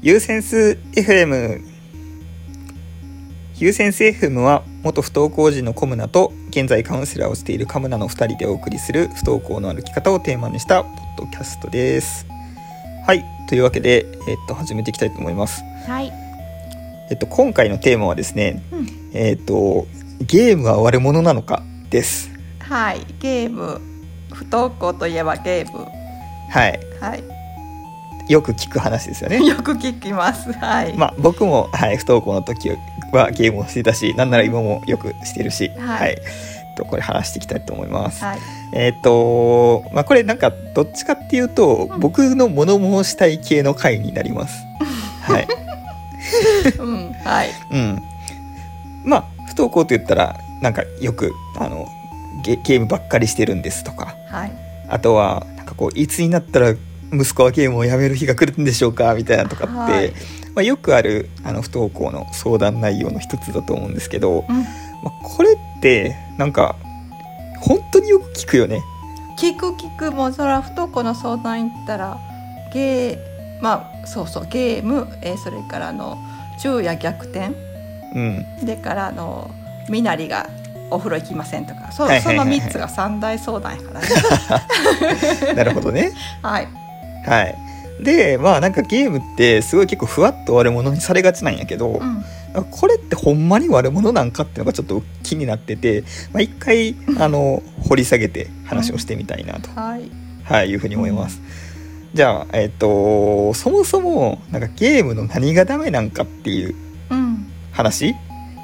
ユーセンス FM は元不登校児のコムナと現在カウンセラーをしているカムナの2人でお送りする不登校の歩き方をテーマにしたポッドキャストです。はい、というわけで、始めていきたいと思います。 はい。 今回のテーマはですね、ゲームは悪者なのかです。 はい、ゲーム、不登校といえばゲーム。 はい、 はい、 よく聞く話ですよね。 よく聞きます。はい。 僕も、不登校の時はゲームをしてたし、なんなら今もよくしてるし、これ話していきたいと思います。 はい。 これなんかどっちかっていうと、僕の物申したい系の回になります。はい。 はい。 不登校と言ったらなんかよくゲームばっかりしてるんですとか、 はい、 あとはなんかいつになったら息子はゲームをやめる日が来るんでしょうかみたいなとかって、よくある不登校の相談内容の一つだと思うんですけど、これってなんか本当によく聞くよね。 聞く。もうそれは不登校の相談行ったらゲーム、それから昼夜逆転、でから身なりがお風呂行きませんとか、その3つが三大相談やからね。 なるほどね。 はいはい。でなんかゲームってすごい結構ふわっと悪者にされがちなんやけど、これってほんまに悪者なんかっていうのがちょっと気になってて、一回掘り下げて話をしてみたいなと、いうふうに思います。じゃあ、そもそもなんかゲームの何がダメなんかっていう話、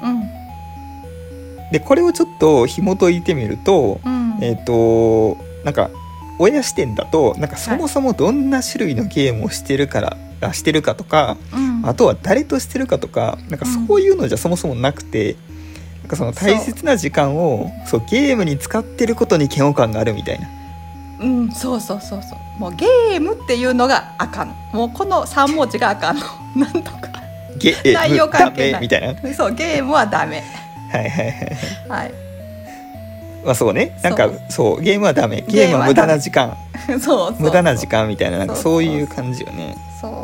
でこれをちょっと紐解いてみると、なんか親視点だとなんかそもそもどんな種類のゲームをしてるかとか、あとは誰としてるかとか、なんかそういうのじゃそもそもなくて、なんかその大切な時間をゲームに使ってることに嫌悪感があるみたいな。 そうもうゲームっていうのがあかん、もうこの3文字があかんの。なんとか内容関係ないみたいな。 そう、ゲームはダメ。はい。 そうね、なんかそうゲームはダメ、ゲームは無駄な時間無駄な時間みたいな、なんかそういう感じよね。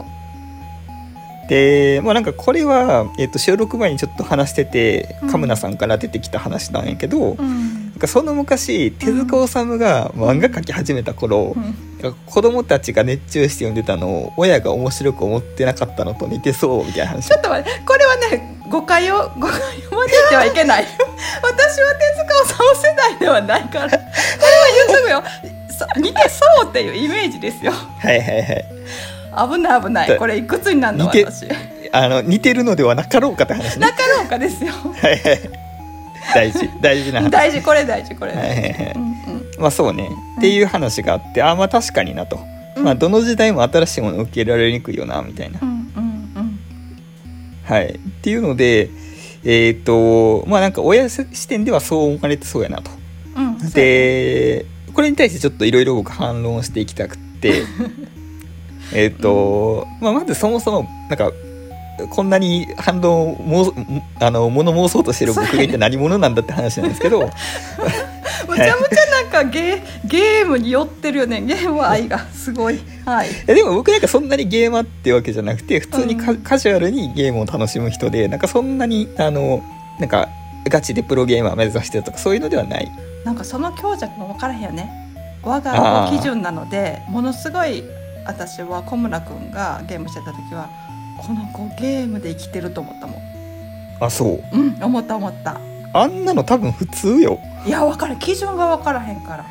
でなんかこれは、収録前にちょっと話してて、カムナさんから出てきた話なんやけど、なんかその昔手塚治虫が漫画描き始めた頃、子供たちが熱中して読んでたのを親が面白く思ってなかったのと似てそうみたいな話。 ちょっと待って、これはね、誤解を交えてはいけない。私は手塚治虫世代ではないから、これは言っとくよ。似てそうっていうイメージですよ。危ない。これいくつになるの私。 似てるのではなかろうかって話ね。 なかろうかですよ。 大事な話。 これ大事。 そうね、っていう話があって、確かになと、どの時代も新しいものを受け入れられにくいよなみたいな。っていうのでなんか親視点ではそう思われてそうやなと。でこれに対してちょっといろいろ僕反論していきたくってまずそもそもなんかこんなに反論を物申そうとしてる僕が一体何者なんだって話なんですけどむちゃむちゃなんかゲームに寄ってるよね。ゲーム愛がすごい。 でも僕なんかそんなにゲーマーってわけじゃなくて、普通にカジュアルにゲームを楽しむ人で、なんかそんなになんかガチでプロゲーマー目指してるとかそういうのではない。 なんかその強弱も分からへんよね。我が基準なので、ものすごい私は小村くんがゲームしてた時は、この子ゲームで生きてると思ったもん。 そう。 思った。 あんなの多分普通よ。 いや、分かる、基準が分からへんから。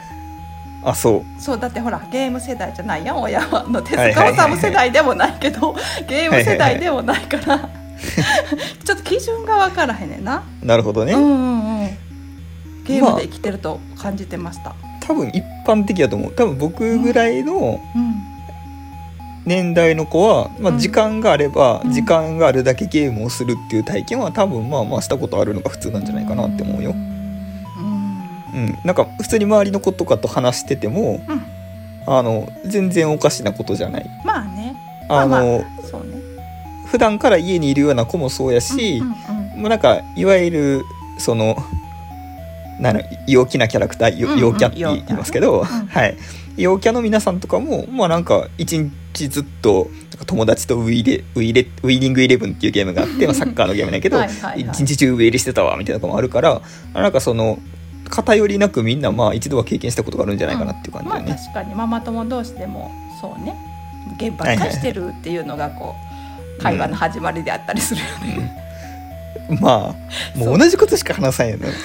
そうだってほら、ゲーム世代じゃないやん親は。手塚治虫世代でもないけど、ゲーム世代でもないからちょっと基準が分からへんねんな。 なるほどね。 ゲームで生きてると感じてました。 多分一般的だと思う。多分僕ぐらいの年代の子は、時間があれば、時間があるだけゲームをするっていう体験は多分したことあるのが普通なんじゃないかなって思うよ。なんか普通に周りの子とかと話してても、全然おかしなことじゃない。そうね。普段から家にいるような子もそうやし、なんかいわゆるその陽気なキャラクター、陽キャって言いますけど、陽キャの皆さんとかもなんか一日日ずっと友達とウイニングイレブンっていうゲームがあってサッカーのゲームだけど一日中ウイイレしてたわみたいなのもあるから、なんかその偏りなくみんな一度は経験したことがあるんじゃないかなっていう感じだよね。 確かにママ友同士でもそうね、ゲームばっかりしてるっていうのが会話の始まりであったりするよね。 もう同じことしか話さんよね。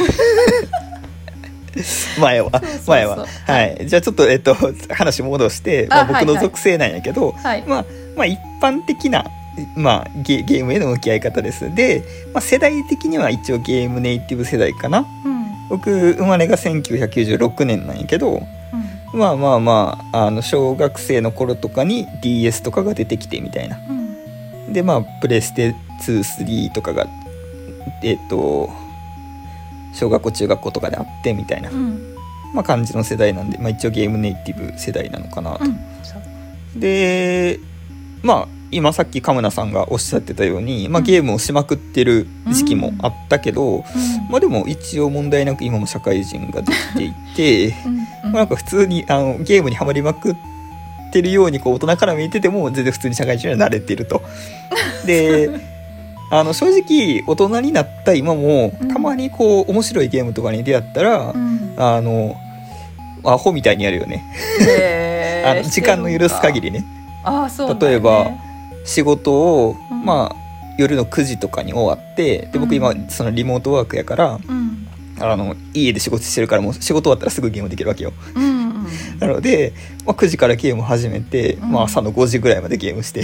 前ははい。じゃあちょっと話戻して、僕の属性なんやけど、一般的なゲームへの向き合い方です。で、世代的には一応ゲームネイティブ世代かな。僕生まれが1996年なんやけど、小学生の頃とかに DS とかが出てきてみたいな。でプレステ2、3とかが小学校中学校とかであってみたいな、感じの世代なんで、一応ゲームネイティブ世代なのかなと。で今さっきカムナさんがおっしゃってたように、ゲームをしまくってる時期もあったけど、でも一応問題なく今も社会人ができていてなんか普通にゲームにはまりまくってるように大人から見えてても全然普通に社会人には慣れてると。で正直大人になった今もたまに面白いゲームとかに出会ったら、アホみたいにやるよね。時間の許す限りね。例えば仕事を、夜の9時とかに終わって、で僕今そのリモートワークやから、家で仕事してるからもう仕事終わったらすぐゲームできるわけよ。なので、9時からゲーム始めて、朝の5時ぐらいまでゲームして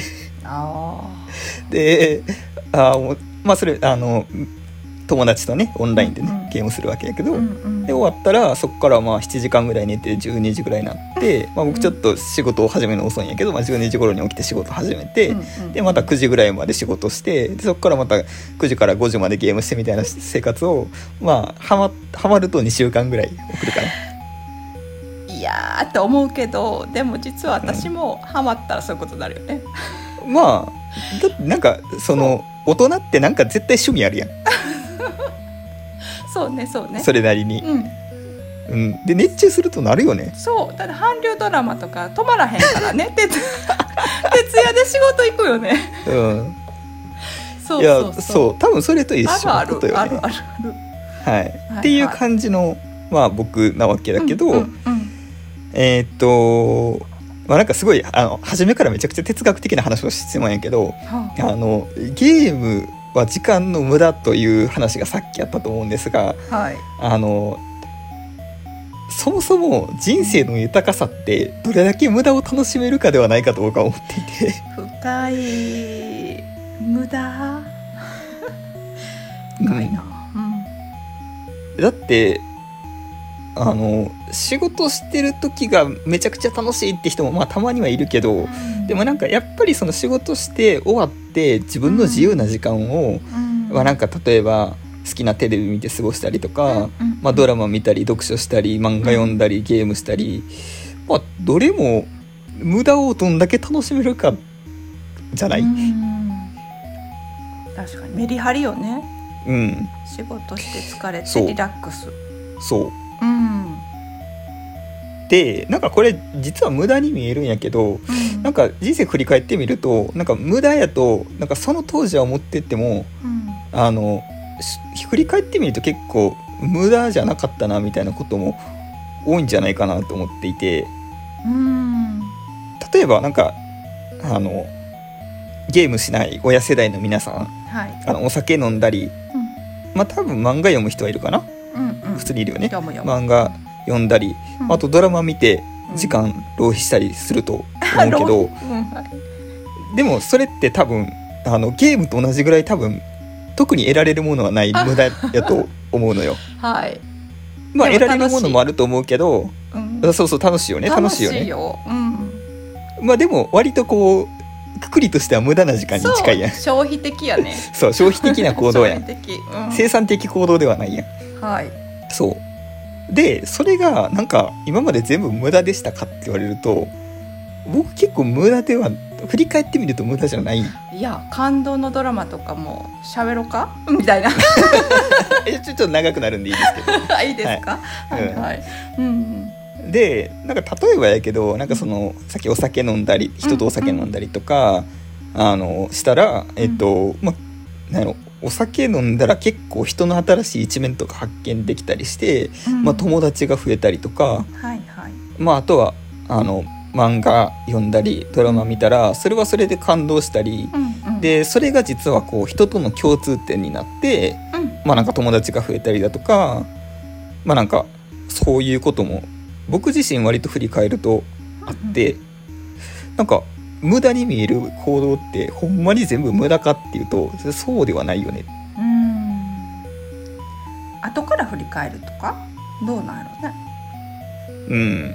でそれ友達とねオンラインでね、ゲームするわけやけど、で終わったらそこから7時間ぐらい寝て12時ぐらいになって、僕ちょっと仕事を始めるの遅いんやけど、12時頃に起きて仕事始めて、でまた9時ぐらいまで仕事して、でそこからまた9時から5時までゲームしてみたいな生活をハマると2週間ぐらい送るかな。 いやーって思うけど、でも実は私もハマったらそういうことになるよね。 だってなんか大人ってなんか絶対趣味あるやん。 そうねそれなりに、で熱中するとなるよね。 そうだって韓流ドラマとか止まらへんからね。徹夜で仕事行くよね。そう多分それと一緒のことよね。はい、っていう感じの僕なわけだけど、なんかすごい初めからめちゃくちゃ哲学的な話をしてもんやけど、ゲームは時間の無駄という話がさっきあったと思うんですが、そもそも人生の豊かさってどれだけ無駄を楽しめるかではないかと僕は思っていて。 深い無駄深いな、 だって仕事してる時がめちゃくちゃ楽しいって人もたまにはいるけど、でもなんかやっぱりその仕事して終わって自分の自由な時間を、なんか例えば好きなテレビ見て過ごしたりとか、ドラマ見たり読書したり漫画読んだりゲームしたり、どれも無駄をどんだけ楽しめるかじゃない？ 確かにメリハリよね。仕事して疲れてリラックス。 そうでなんかこれ実は無駄に見えるんやけど、なんか人生振り返ってみるとなんか無駄やとなんかその当時は思ってても、振り返ってみると結構無駄じゃなかったなみたいなことも多いんじゃないかなと思っていて、例えばなんかゲームしない親世代の皆さん、お酒飲んだり、多分漫画読む人はいるかな、普通にいるよね。漫画読んだり、あとドラマ見て時間浪費したりすると思うけど、でもそれって多分ゲームと同じぐらい多分特に得られるものはない無駄やと思うのよ。得られるものもあると思うけど、そう楽しいよね。楽しいよね。でも割とくくりとしては無駄な時間に近いやん。 消費的やね。 そう消費的な行動やん。生産的行動ではないやん。そうでそれがなんか今まで全部無駄でしたかって言われると、僕結構無駄では振り返ってみると無駄じゃない。 いや感動のドラマとかも喋ろうかみたいな。 ちょっと長くなるんでいいですけど。 いいですか。 でなんか例えばやけどなんかそのさっきお酒飲んだり人とお酒飲んだりとか、したらまあなんやろお酒飲んだら結構人の新しい一面とか発見できたりして、まあ、友達が増えたりとか、 はいはい、 まあ、あとは漫画読んだりドラマ見たらそれはそれで感動したり、でそれが実はこう人との共通点になって、まあ、なんか友達が増えたりだとか、まあ、なんかそういうことも僕自身割と振り返るとあって、なんか無駄に見える行動ってほんまに全部無駄かっていうとそうではないよね。 後から振り返るとかどうなんやろうね。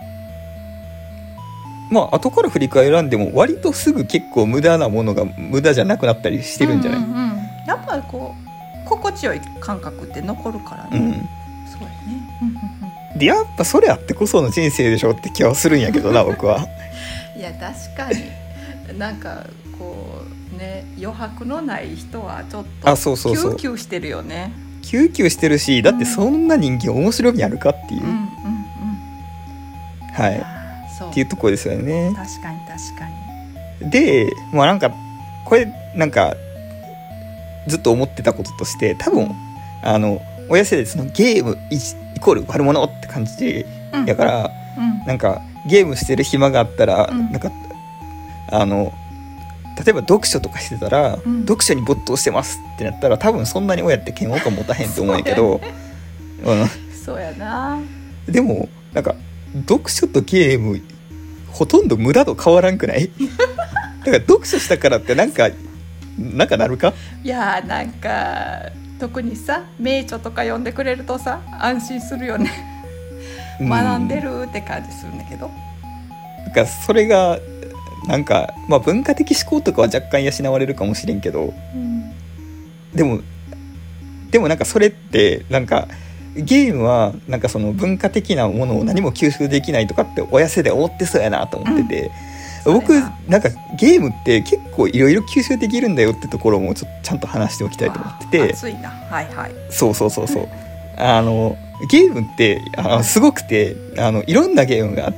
まあ後から振り返らんでも割とすぐ結構無駄なものが無駄じゃなくなったりしてるんじゃない？ やっぱりこう心地よい感覚って残るからね。そうやね。 でやっぱそれあってこその人生でしょって気はするんやけどな僕は。 いや確かになんかこうね余白のない人はちょっとキューキューしてるよね。 キューキューしてるしだってそんな人間面白みあるかっていう、っていうところですよね。 確かに確かに。 でまあなんかこれなんかずっと思ってたこととして多分親世代そのゲームイコール悪者って感じやから、なんかゲームしてる暇があったら、なんか例えば読書とかしてたら、読書に没頭してますってなったら多分そんなに親って嫌悪感持たへんと思うんやけどそうやな。 でもなんか読書とゲームほとんど無駄と変わらんくない？だから読書したからってなんかなるか？ いやなんか特にさ名著とか読んでくれるとさ安心するよね。学んでるって感じするんだけど、 なんかそれがなんか、まあ、文化的思考とかは若干養われるかもしれんけど、でもなんかそれってなんかゲームはなんかその文化的なものを何も吸収できないとかって親世代思ってそうやなと思ってて、僕なんかゲームって結構いろいろ吸収できるんだよってところもちゃんと話しておきたいと思ってて。 熱いな。はいはい。 そうゲームってすごくていろんなゲームがあって、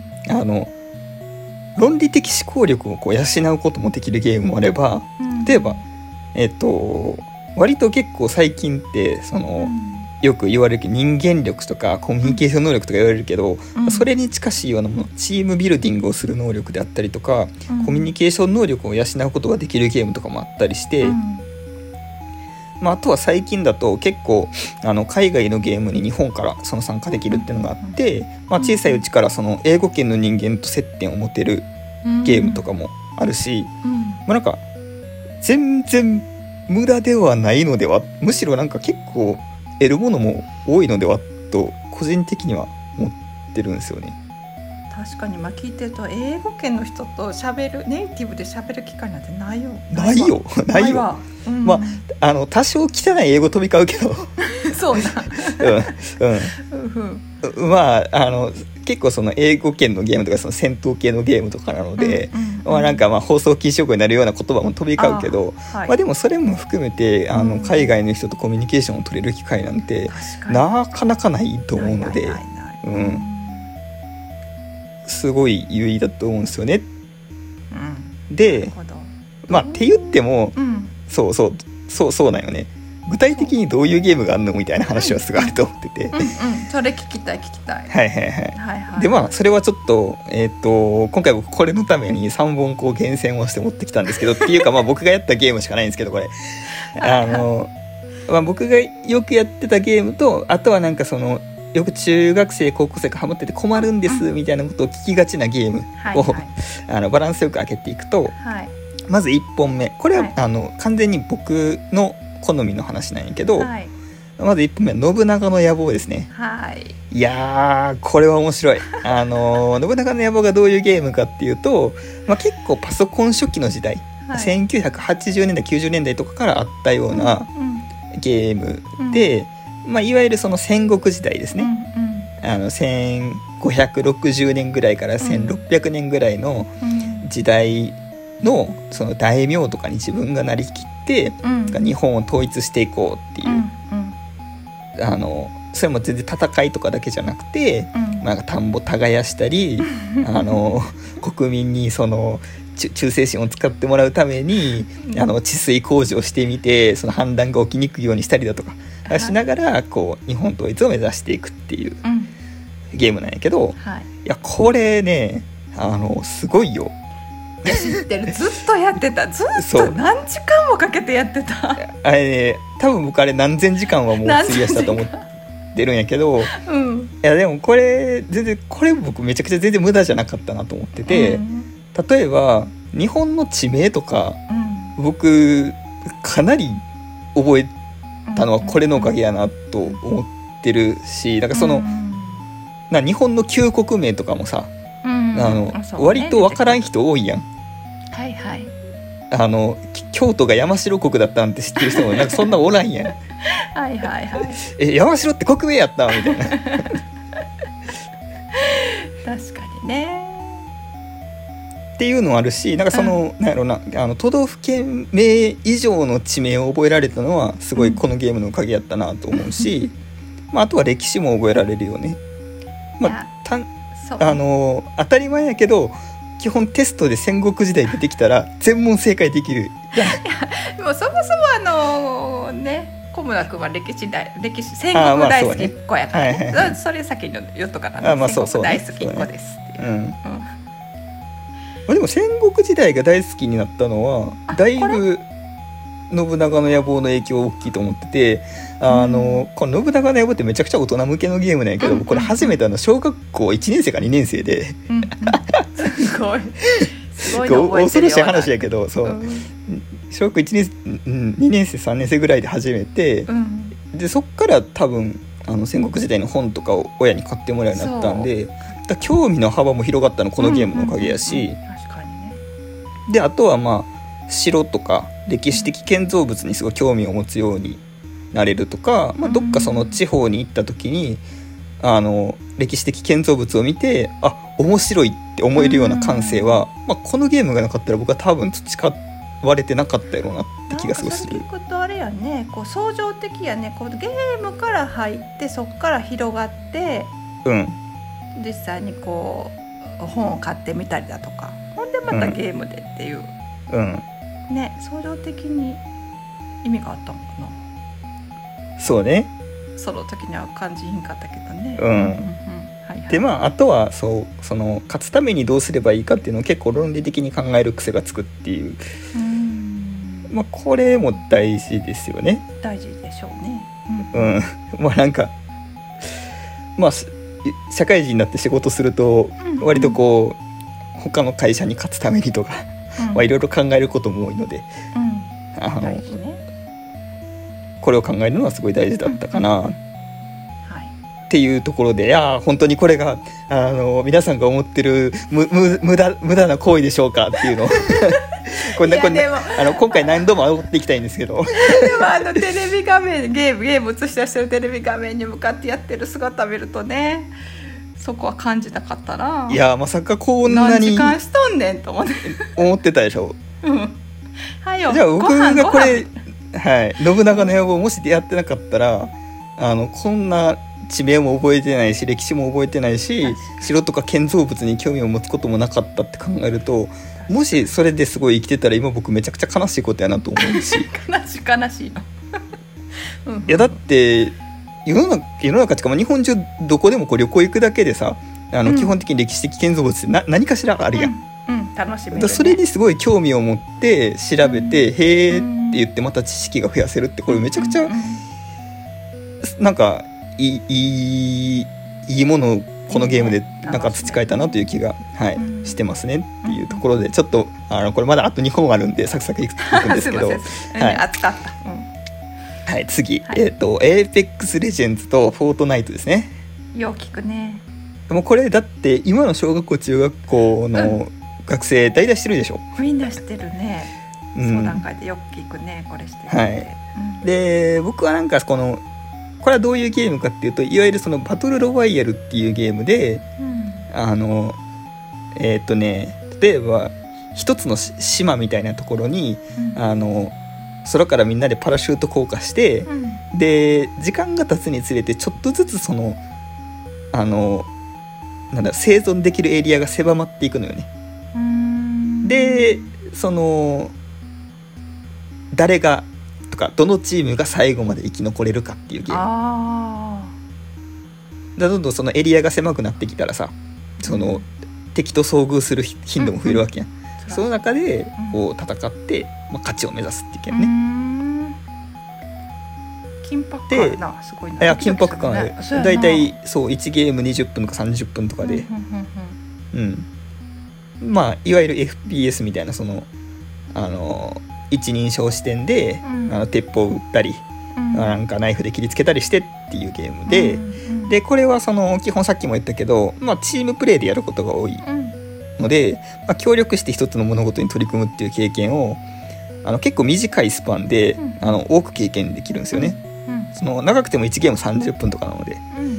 論理的思考力をこう養うこともできるゲームもあれば、例えば割と結構最近ってよく言われる人間力とかコミュニケーション能力とか言われるけど、それに近しいようなものチームビルディングをする能力であったりとか、コミュニケーション能力を養うことができるゲームとかもあったりして、あとは最近だと結構海外のゲームに日本から参加できるっていうのがあって、小さいうちから英語圏の人間と接点を持てるゲームとかもあるし、なんか全然無駄ではないのでは、むしろなんか結構得るものも多いのではと個人的には思ってるんですよね。 確かに聞いてると英語圏の人とネイティブで喋る機会なんてないよ。 ないわ。多少汚い英語飛び交うけどそうな結構英語圏のゲームとか戦闘系のゲームとかなので、なんか放送禁止用語になるような言葉も飛び交うけど、でもそれも含めて海外の人とコミュニケーションを取れる機会なんてなかなかないと思うので、すごい有意義だと思うんですよね。でって言っても、そうなんよね。具体的にどういうゲームがあるのみたいな話はすごいあると思ってて、 それ聞きたい。 でそれはちょっと、今回僕これのために3本こう厳選をして持ってきたんですけどっていうか僕がやったゲームしかないんですけど、これ僕がよくやってたゲームと、あとはなんかよく中学生高校生がハマってて困るんですみたいなことを聞きがちなゲームをバランスよく開けていくと、まず1本目これは完全に僕の好みの話なんやけど、まず1本目は信長の野望ですね。いやーこれは面白い。信長の野望がどういうゲームかっていうと、結構パソコン初期の時代、1980年代90年代とかからあったようなゲームで、いわゆる戦国時代ですね。1560年ぐらいから1600年ぐらいの時代の大名とかに自分がなりきって、日本を統一していこうっていう、 それも全然戦いとかだけじゃなくて、なんか田んぼ耕したり国民にその忠誠心を使ってもらうために治水工事をしてみて、その反乱が起きにくいようにしたりだとかしながらこう日本統一を目指していくっていうゲームなんやけど、いやこれねすごいよ。 知ってる、ずっとやってた、ずっと何時間もかけてやってた。 あれね、多分僕あれ何千時間はもう費やしたと思ってるんやけど、いやでもこれ全然これ僕めちゃくちゃ全然無駄じゃなかったなと思ってて、例えば日本の地名とか、僕かなり覚えたのはこれのおかげやなと思ってるし、だからその、日本の旧国名とかもさ、割と分からん人多いやん。 はいはい。 京都が山城国だったんて知ってる人もなんかそんなおらんやん。 はいはいはい。 山城って国名やったみたいな。 確かにね。 っていうのあるし、なんかその、なんやろな、都道府県名以上の地名を覚えられたのはすごいこのゲームのおかげやったなと思うし、あとは歴史も覚えられるよね。当たり前やけど基本テストで戦国時代出てきたら全問正解できる。 でもそもそもね、小村君は戦国大好きっ子やから、ね、それ先に言っとかな、戦国大好きっ子ですっていう。でも戦国時代が大好きになったのはだいぶ信長の野望の影響大きいと思ってて、この信長の野望ってめちゃくちゃ大人向けのゲームなんやけど、これ初めて小学校1年生か2年生で、すごい恐ろしい話やけど、そう、小学校1年、2年生3年生ぐらいで始めて、でそっから多分戦国時代の本とかを親に買ってもらうようになったんで、だ興味の幅も広がったのこのゲームのおかげやし、であとは城とか歴史的建造物にすごい興味を持つようになれるとか、どっかその地方に行った時に歴史的建造物を見て面白いって思えるような感性は、このゲームがなかったら僕は多分培われてなかったやろうなって気がすごいする。 なんかそれ聞くとあれやね、こう相乗的やね、こうゲームから入ってそこから広がって、実際にこう本を買ってみたりだとか、ほんでまたゲームでっていう、ね、相乗的に意味があったのかな。そうね、その時には感じひんかったけどね。であとはその勝つためにどうすればいいかっていうのを結構論理的に考える癖がつくっていう、これも大事ですよね。 大事でしょうね。 なんか社会人になって仕事すると割とこう他の会社に勝つためにとかいろいろ考えることも多いので、これを考えるのはすごい大事だったかなっていうところで、いや本当にこれが皆さんが思ってる無駄な行為でしょうかっていうのを今回何度も煽っていきたいんですけど、 でもテレビ画面ゲーム映し出してるテレビ画面に向かってやってる姿見るとね、そこは感じたかったな。 いやまさかこんなに何時間しとんねんと思ってたでしょ。 はいよ、 じゃあ僕がこれ信長の野望もしやってなかったらこんな地名も覚えてないし歴史も覚えてないし城とか建造物に興味を持つこともなかったって考えると、もしそれですごい生きてたら今僕めちゃくちゃ悲しいことやなと思うし悲しいのいやだって世の中ってか日本中どこでも旅行行くだけでさ基本的に歴史的建造物って何かしらあるやん。 楽しめるね。 それにすごい興味を持って調べて、へーって言ってまた知識が増やせるって、これめちゃくちゃなんかいいものをこのゲームでなんか培えたなという気が、してますねっていうところで、ちょっとこれまだあと2本あるんでサクサクいくんですけど熱かった。 次、Apex Legends とフォートナイトですね。 よう聞くね。 もうこれだって今の小学校中学校の学生大体知ってるでしょ。 みんな知ってるね。相談会でよく聞くね、これ知ってるって。 で僕はなんかこれはどういうゲームかっていうと、いわゆるそのバトルロワイヤルっていうゲームで、例えば一つの島みたいなところに、 空からみんなでパラシュート降下して、で時間が経つにつれてちょっとずつそのなんだ生存できるエリアが狭まっていくのよね。でその誰がとかどのチームが最後まで生き残れるかっていうゲームだ。どんどんそのエリアが狭くなってきたらさ、その敵と遭遇する頻度も増えるわけやん、その中でこう戦って、勝ちを目指すっていうゲームね。 緊迫感あるな、すごいな。 いや緊迫感ある。だいたいそう1ゲーム20分とか30分とかで、いわゆる FPS みたいなその一人称視点で、鉄砲を撃ったり、なんかナイフで切りつけたりしてっていうゲームで、でこれはその基本さっきも言ったけど、チームプレーでやることが多いので、協力して一つの物事に取り組むっていう経験を結構短いスパンで、多く経験できるんですよね。その長くても1ゲーム30分とかなので、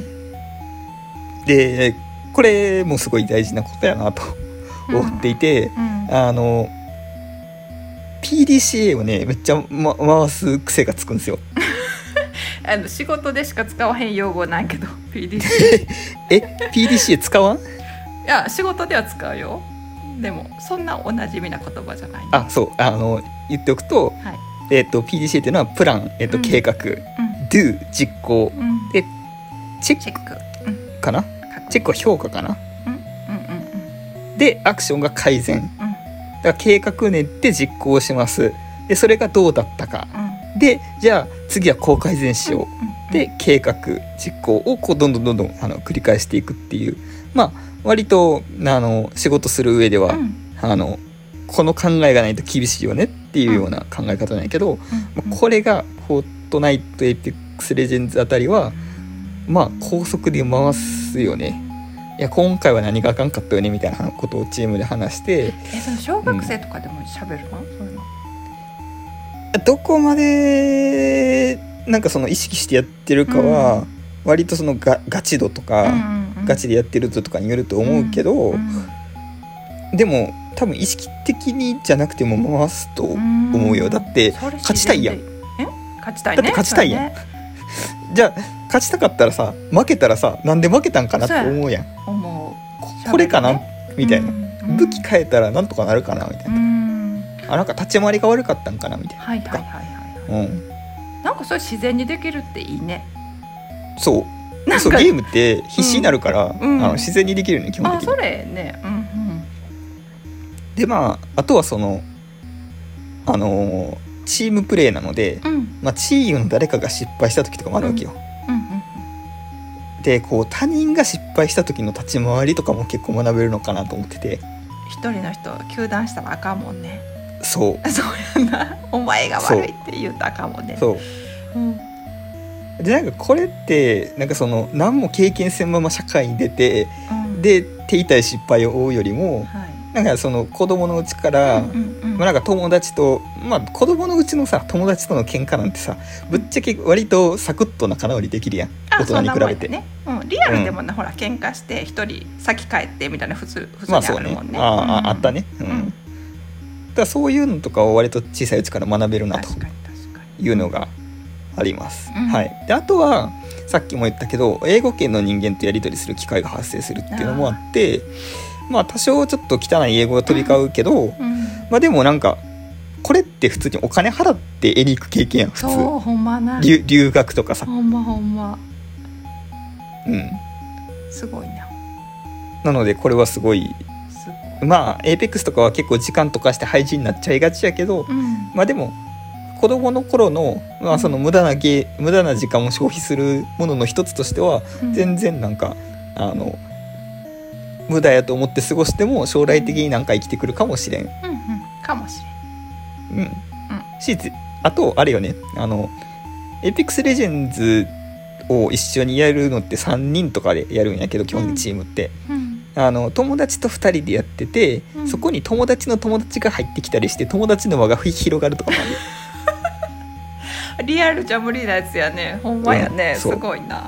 でこれもすごい大事なことやなと思っていて、PDCA をねめっちゃ、回す癖がつくんですよ。 仕事でしか使わへん用語ないけど PDCA PDCA 使わん？いや仕事では使うよ。でもそんなおなじみな言葉じゃない、ね、 そう言っておくと、PDCA っていうのはプラン、計画、Do 実行、でチェックかな、チェックは評価かな、でアクションが改善、だから計画練って実行します。でそれがどうだったか、でじゃあ次はこう改善しよう、で計画実行をこうどんどん繰り返していくっていう、割と仕事する上では、この考えがないと厳しいよねっていうような考え方なんやけど、これがフォートナイトエイペックスレジェンズあたりは高速で回すよね。いや今回は何があかんかったよねみたいなことをチームで話して、 その小学生とかでも喋るの、そういうのどこまでなんかその意識してやってるかは、割とそのガチ度とか、ガチでやってるとかによると思うけど、でも多分意識的にじゃなくても回すと思うよ。だって勝ちたいやん。 勝ちたいね。 だって勝ちたいやん。じゃあ勝ちたかったらさ、負けたらさ、なんで負けたんかなって思うやん。これかなみたいな、武器変えたらなんとかなるかなみたいな、なんか立ち回りが悪かったんかなみたいな、 なんかそれ自然にできるっていいね。 そうゲームって必死になるから、自然にできるね基本的に。 それね、 であとはそのチームプレーなので、チームの誰かが失敗した時とかもあるわけよ。でこう他人が失敗した時の立ち回りとかも結構学べるのかなと思ってて、 一人の人糾弾したらあかんもんね。 そうやな、お前が悪いって言うとあかんもんね。 でなんかこれってなんかその何も経験せんまま社会に出て、で手痛い失敗を負うよりも、なんかその子供のうちから、なんか友達と、子供のうちのさ友達との喧嘩なんてさ、ぶっちゃけ割とサクッと仲直りできるやん、大人に比べて。 リアルでもほら喧嘩して一人先帰ってみたいな普通にあるもんね。 あったね。だからそういうのとかを割と小さいうちから学べるなというのがあります。であとはさっきも言ったけど、英語圏の人間とやり取りする機会が発生するっていうのもあって、多少ちょっと汚い英語が飛び交うけど、でもなんかこれって普通にお金払って絵に行く経験やん、普通。 そうほんまな。 留学とかさ。 ほんま。すごいな。 なのでこれはすごい。エーペックスとかは結構時間とかして廃人になっちゃいがちやけど、でも子供の頃の、その無駄な時間を消費するものの一つとしては、全然なんか無駄やと思って過ごしても将来的になんか生きてくるかもしれん。 かもしれん。 あとあれよね、エーペックスレジェンズを一緒にやるのって3人とかでやるんやけど、基本的にチームって、友達と2人でやってて、そこに友達の友達が入ってきたりして、友達の輪が広がるとかもある。 リアルじゃ無理なやつやね。ほんまやね、すごいな。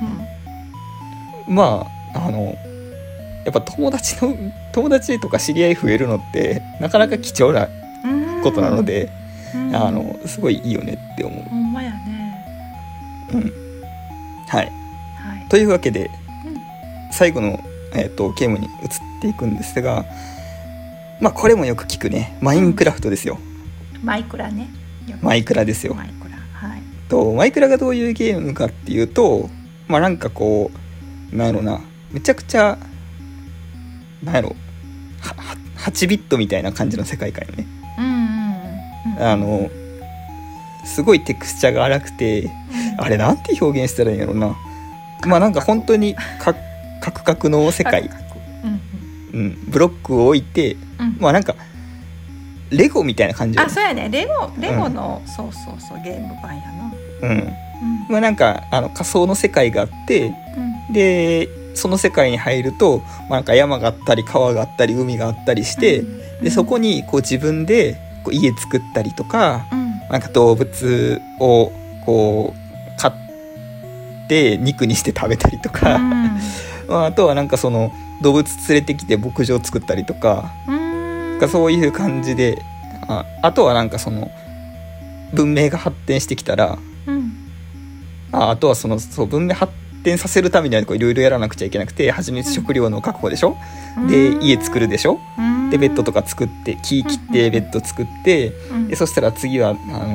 やっぱ友達とか知り合い増えるのってなかなか貴重なことなので、 すごいいいよねって思う。 ほんまやね。 はい、はい、というわけで、最後の、ゲームに移っていくんですが、これもよく聞くね、マインクラフトですよ。 マイクラね。 マイクラですよ。 マイクラ、はい。 マイクラがどういうゲームかっていうと、なんかこうなんやろな、めちゃくちゃなんやろ8ビットみたいな感じの世界観よね。すごいテクスチャが荒くて、あれなんて表現したらいいんやろな、なんか本当にカクカクの世界、ブロックを置いて、なんかレゴみたいな感じ。 そうやね、レゴの、そうゲーム版やな。なんか仮想の世界があって、でその世界に入ると、なんか山があったり川があったり海があったりして、でそこにこう自分でこう家作ったりとか、なんか動物をこう飼って肉にして食べたりとか、あとはなんかその動物連れてきて牧場作ったりとか、そういう感じで、あとはなんかその文明が発展してきたら、あとはそう文明発展させるためにはいろいろやらなくちゃいけなくて、初め食料の確保でしょ、で家作るでしょ、でベッドとか作って木切ってベッド作って、でそしたら次は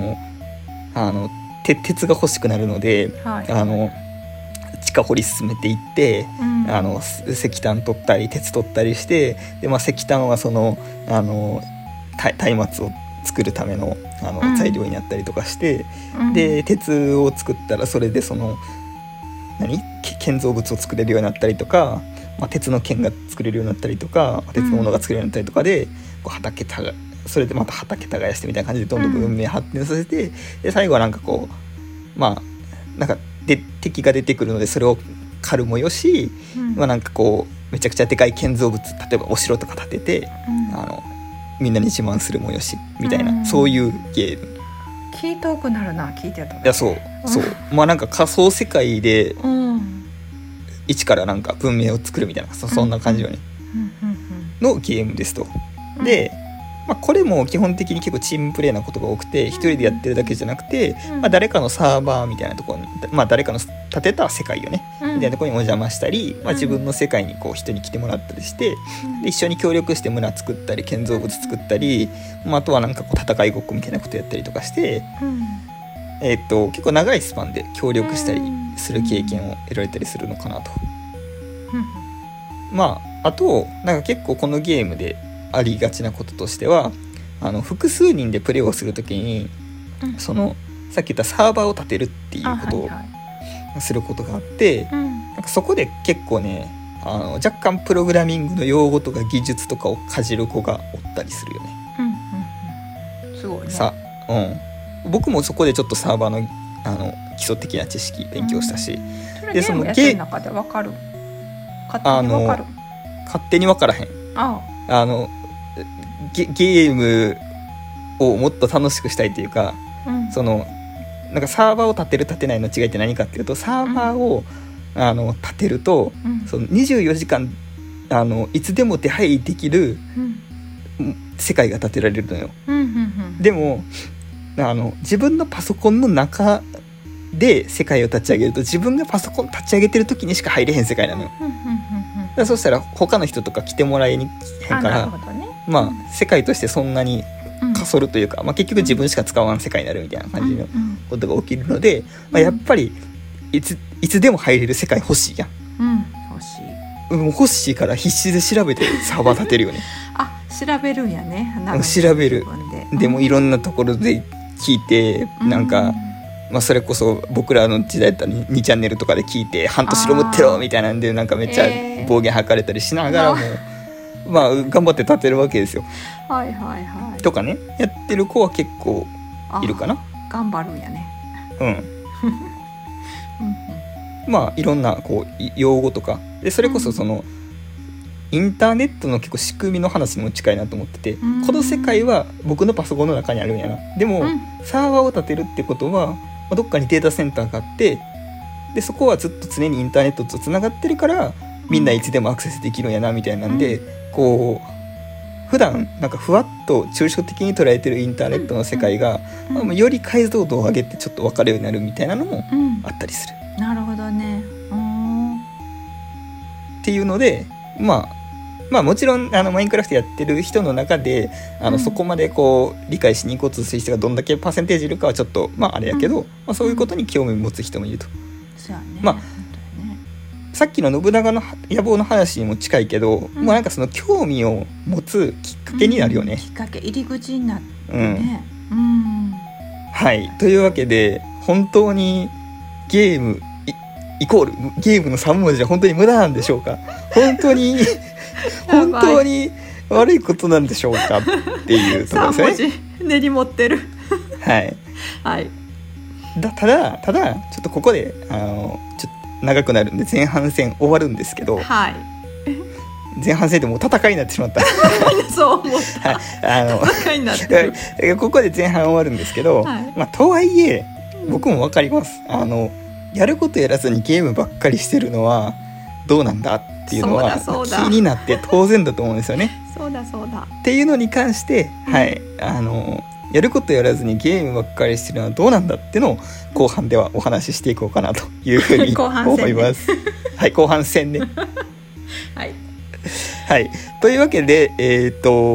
鉄が欲しくなるので、地下掘り進めていって、石炭取ったり鉄取ったりして、で、石炭はその松明を作るための材料になったりとかして、で鉄を作ったらそれでその建造物を作れるようになったりとか、鉄の剣が作れるようになったりとか、鉄のものが作れるようになったりとかで、こうそれでまた畑耕してみたいな感じでどんどん文明発展させて、で最後はなんかこうなんかで敵が出てくるのでそれを狩るもよし、なんかこうめちゃくちゃでかい建造物、例えばお城とか建てて、みんなに自慢するもよしみたいな、そういうゲーム。 聞いておくなるな、聞いてると。いやそうなんか仮想世界で、一からなんか文明を作るみたいな、そんな感じよね、のゲームですと。で、これも基本的に結構チームプレーなことが多くて、一人でやってるだけじゃなくて、誰かのサーバーみたいなところに、誰かの建てた世界よね、みたいなところにお邪魔したり、自分の世界にこう人に来てもらったりして、で一緒に協力して村作ったり建造物作ったり、あとはなんかこう戦いごっこみたいなことやったりとかして、結構長いスパンで協力したりする経験を得られたりするのかなと。あとなんか結構このゲームでありがちなこととしては、複数人でプレーをするときに、そのさっき言ったサーバーを立てるっていうことをすることがあって、なんかそこで結構ね、若干プログラミングの用語とか技術とかをかじる子がおったりするよね。 すごいね。 僕もそこでちょっとサーバーの基礎的な知識勉強したし、 でそのゲームの中で分かる？勝手に分かる？ 勝手に分からへん。ゲームをもっと楽しくしたいというか、なんかサーバーを立てる立てないの違いって何かっていうと、サーバーを立てると、その24時間いつでも出入りできる世界が建てられるのよ。でも自分のパソコンの中で世界を立ち上げると、自分がパソコン立ち上げてる時にしか入れへん世界なのよ。そうしたら他の人とか来てもらえにへんから、世界としてそんなにかそるというか、結局自分しか使わん世界になるみたいな感じのことが起きるので、やっぱりいつでも入れる世界欲しいやん。欲しいから必死で調べてサーバー立てるよね。 調べるんやね。 調べる。でもいろんなところで聞いて、なんか、それこそ僕らの時代だったら2チャンネルとかで聞いて、半年ロムってろみたいなんで、なんかめっちゃ暴言吐かれたりしながらも、頑張って立てるわけですよ。とかね、やってる子は結構いるかな。 頑張るんやね。 いろんなこう用語とかで、それこそその、インターネットの結構仕組みの話にも近いなと思ってて、この世界は僕のパソコンの中にあるんやな。でも、サーバーを立てるってことは、どっかにデータセンターがあって、でそこはずっと常にインターネットとつながってるから、みんないつでもアクセスできるんやなみたいなんで、こ普段なんかふわっと抽象的に捉えてるインターネットの世界が、より解像度を上げてちょっと分かるようになるみたいなのもあったりする、 なるほどね。 っていうので、まあもちろんマインクラフトやってる人の中でそこまでこう理解しに行こうとする人がどんだけパーセンテージいるかはちょっとあれやけど、そういうことに興味を持つ人もいると。 そうやね。 さっきの信長の野望の話にも近いけど、もうなんかその興味を持つきっかけになるよね、 きっかけ、入り口になってね。 はい、というわけで本当にゲームイコールゲームの3文字は本当に無駄なんでしょうか。本当に本当に悪いことなんでしょうかっていうところですね。 3文字練り持ってるはい、 はい、 ただちょっとここでちょっと長くなるんで前半戦終わるんですけど、 はい、 前半戦でもう戦いになってしまったそう思った、戦いになってるここで前半終わるんですけど、とはいえ僕も分かります。やることやらずにゲームばっかりしてるのはどうなんだっていうのは気になって当然だと思うんですよね。 そうだっていうのに関して、やることやらずにゲームばっかりしてるのはどうなんだっていうのを後半ではお話ししていこうかなというふうに思います。はい、後半戦ねはい、というわけでゲ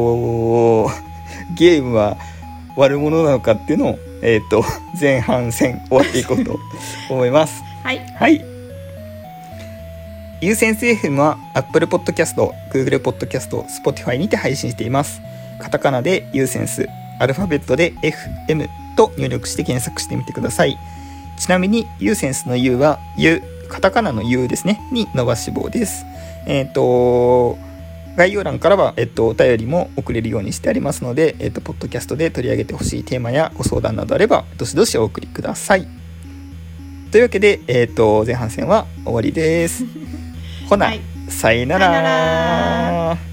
ームは悪者なのかっていうのを前半戦終わっていこうと思います。はい。優先生 FM は Apple Podcast、Google Podcast、Spotify にて配信しています。カタカナで優先数、アルファベットで FM と入力して検索してみてください。ちなみに優先数の U は U、カタカナの U ですねに伸ばし棒です。概要欄からは、お便りも送れるようにしてありますので、ポッドキャストで取り上げてほしいテーマやご相談などあればどしどしお送りください。というわけで、前半戦は終わりです。ほな、さよなら。